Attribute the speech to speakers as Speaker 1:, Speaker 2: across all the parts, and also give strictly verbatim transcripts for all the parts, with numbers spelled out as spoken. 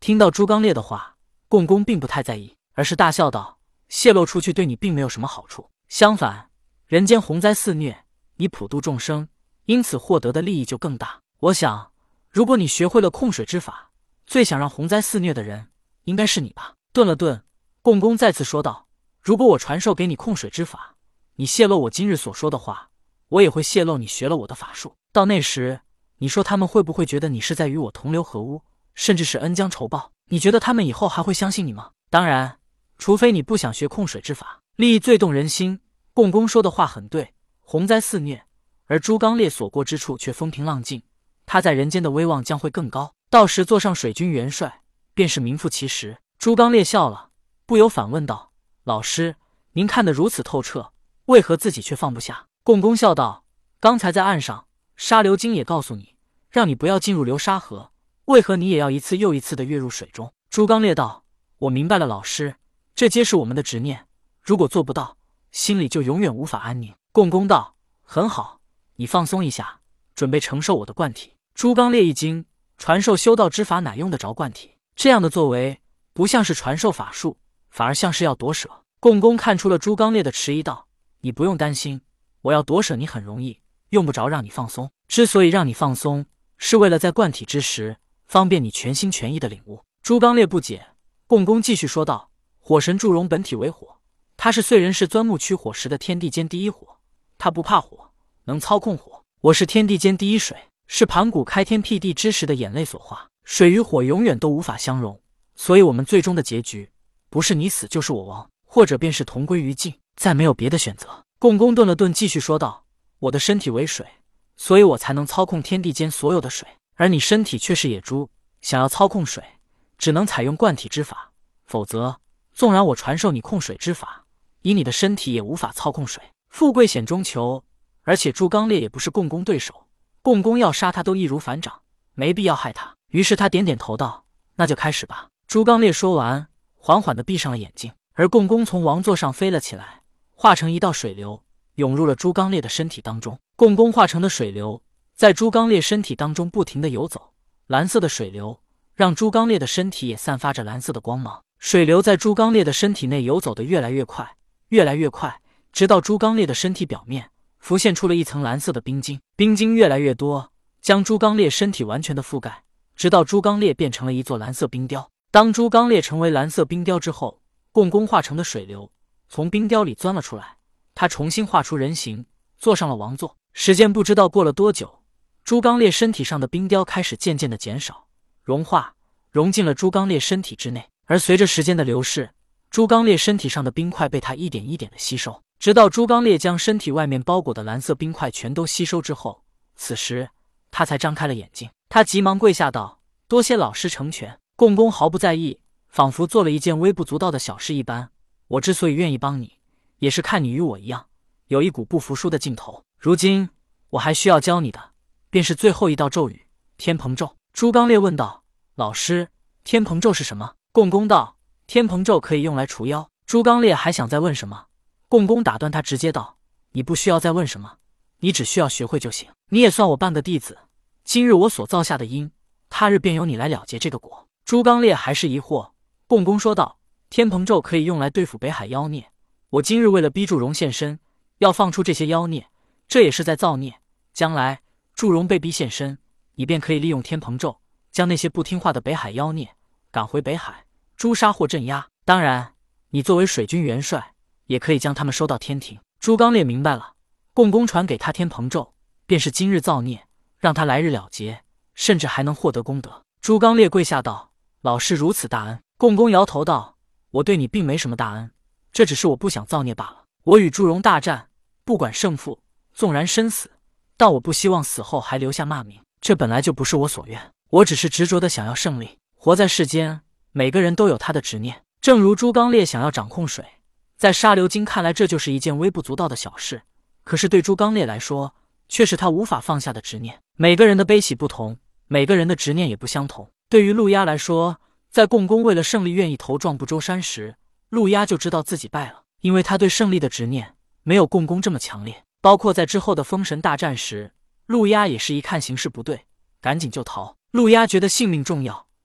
Speaker 1: 听到朱刚烈的话，共工并不太在意，而是大笑道：“泄露出去对你并没有什么好处，相反，人间洪灾肆虐，你普度众生，因此获得的利益就更大。我想，如果你学会了控水之法，最想让洪灾肆虐的人应该是你吧？”顿了顿，共工再次说道：“如果我传授给你控水之法，你泄露我今日所说的话，我也会泄露你学了我的法术。到那时，你说他们会不会觉得你是在与我同流合污，甚至是恩将仇报？你觉得他们以后还会相信你吗？当然，除非你不想学控水之法。”利益最动人心，共工说的话很对，洪灾肆虐，而朱刚烈所过之处却风平浪静，他在人间的威望将会更高，到时坐上水军元帅，便是名副其实。朱刚烈笑了，不由反问道：“老师，您看得如此透彻，为何自己却放不下？”共工笑道：“刚才在岸上，沙流金也告诉你，让你不要进入流沙河，为何你也要一次又一次地跃入水中？”朱刚烈道：“我明白了，老师，这皆是我们的执念，如果做不到，心里就永远无法安宁。”共工道：“很好，你放松一下，准备承受我的灌体。”朱刚烈一惊，传授修道之法哪用得着灌体？这样的作为不像是传授法术，反而像是要夺舍。共工看出了朱刚烈的迟疑道：“你不用担心，我要夺舍你很容易，用不着让你放松。之所以让你放松，是为了在灌体之时，方便你全心全意的领悟。”朱刚烈不解，共工继续说道：“火神祝融本体为火，他是燧人氏钻木取火时的天地间第一火，他不怕火，能操控火。我是天地间第一水，是盘古开天辟地之时的眼泪所化，水与火永远都无法相容，所以我们最终的结局，不是你死就是我亡，或者便是同归于尽，再没有别的选择。”共工顿了顿，继续说道：“我的身体为水，所以我才能操控天地间所有的水，而你身体却是野猪，想要操控水，只能采用灌体之法，否则纵然我传授你控水之法，以你的身体也无法操控水。富贵险中求，而且朱刚烈也不是共工对手，共工要杀他都易如反掌，没必要害他。”于是他点点头道：“那就开始吧。”朱刚烈说完，缓缓地闭上了眼睛，而共工从王座上飞了起来，化成一道水流，涌入了朱刚烈的身体当中。共工化成的水流在朱刚烈身体当中不停地游走，蓝色的水流让朱刚烈的身体也散发着蓝色的光芒。水流在朱刚烈的身体内游走得越来越快，越来越快，直到朱刚烈的身体表面浮现出了一层蓝色的冰晶，冰晶越来越多，将朱刚烈身体完全的覆盖，直到朱刚烈变成了一座蓝色冰雕。当朱刚烈成为蓝色冰雕之后，共工化成的水流从冰雕里钻了出来，他重新画出人形，坐上了王座。时间不知道过了多久，朱刚烈身体上的冰雕开始渐渐的减少，融化，融进了朱刚烈身体之内。而随着时间的流逝，朱刚烈身体上的冰块被他一点一点的吸收，直到朱刚烈将身体外面包裹的蓝色冰块全都吸收之后，此时他才张开了眼睛。他急忙跪下道：“多谢老师成全。”共工毫不在意，仿佛做了一件微不足道的小事一般。我之所以愿意帮你，也是看你与我一样，有一股不服输的劲头。如今我还需要教你的，便是最后一道咒语——天蓬咒。朱刚烈问道：“老师，天蓬咒是什么？”共工道：“天蓬咒可以用来除妖。”朱刚烈还想再问什么，共工打断他，直接道：“你不需要再问什么，你只需要学会就行。你也算我半个弟子，今日我所造下的因，他日便由你来了结这个果。”朱刚烈还是疑惑，共工说道：“天蓬咒可以用来对付北海妖孽，我今日为了逼祝融现身，要放出这些妖孽，这也是在造孽。将来祝融被逼现身，你便可以利用天蓬咒，将那些不听话的北海妖孽赶回北海，诛杀或镇压。当然，你作为水军元帅，也可以将他们收到天庭。”朱刚烈明白了，共工传给他天蓬咒，便是今日造孽，让他来日了结，甚至还能获得功德。朱刚烈跪下道：“老师如此大恩。”共工摇头道：“我对你并没什么大恩，这只是我不想造孽罢了。我与祝融大战，不管胜负，纵然身死，但我不希望死后还留下骂名，这本来就不是我所愿。我只是执着的想要胜利。活在世间，每个人都有他的执念。正如朱刚烈想要掌控水，在沙流金看来这就是一件微不足道的小事，可是对朱刚烈来说，却是他无法放下的执念。每个人的悲喜不同，每个人的执念也不相同。对于陆压来说，在共工为了胜利愿意投撞不周山时，陆压就知道自己败了，因为他对胜利的执念没有共工这么强烈。包括在之后的封神大战时，陆压也是一看形势不对，赶紧就逃。陆压觉得性命重要，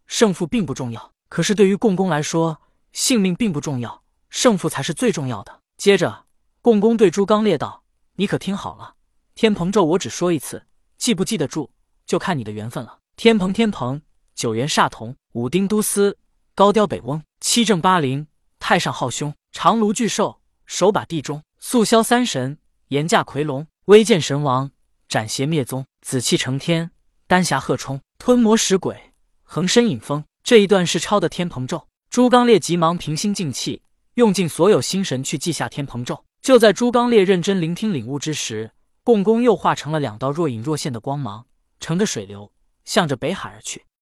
Speaker 1: 胜负并不重要。可是对于共工来说，性命并不重要，胜负才是最重要的。接着，共工对朱刚烈道：“你可听好了，天蓬咒我只说一次，记不记得住，就看你的缘分了。天蓬天蓬，九元煞童，五丁都司，高雕北翁，七正八灵，太上昊凶，长卢巨兽，手把地中，速消三神，严驾夔龙，威剑神王，斩邪灭宗，紫气承天，丹霞鹤冲，吞魔食鬼，横身引风。”这一段是抄的天蓬咒。朱刚烈急忙平心静气，用尽所有心神去记下天蓬咒。就在朱刚烈认真聆听领悟之时，共工又化成了两道若隐若现的光芒，乘着水流向着北海而去。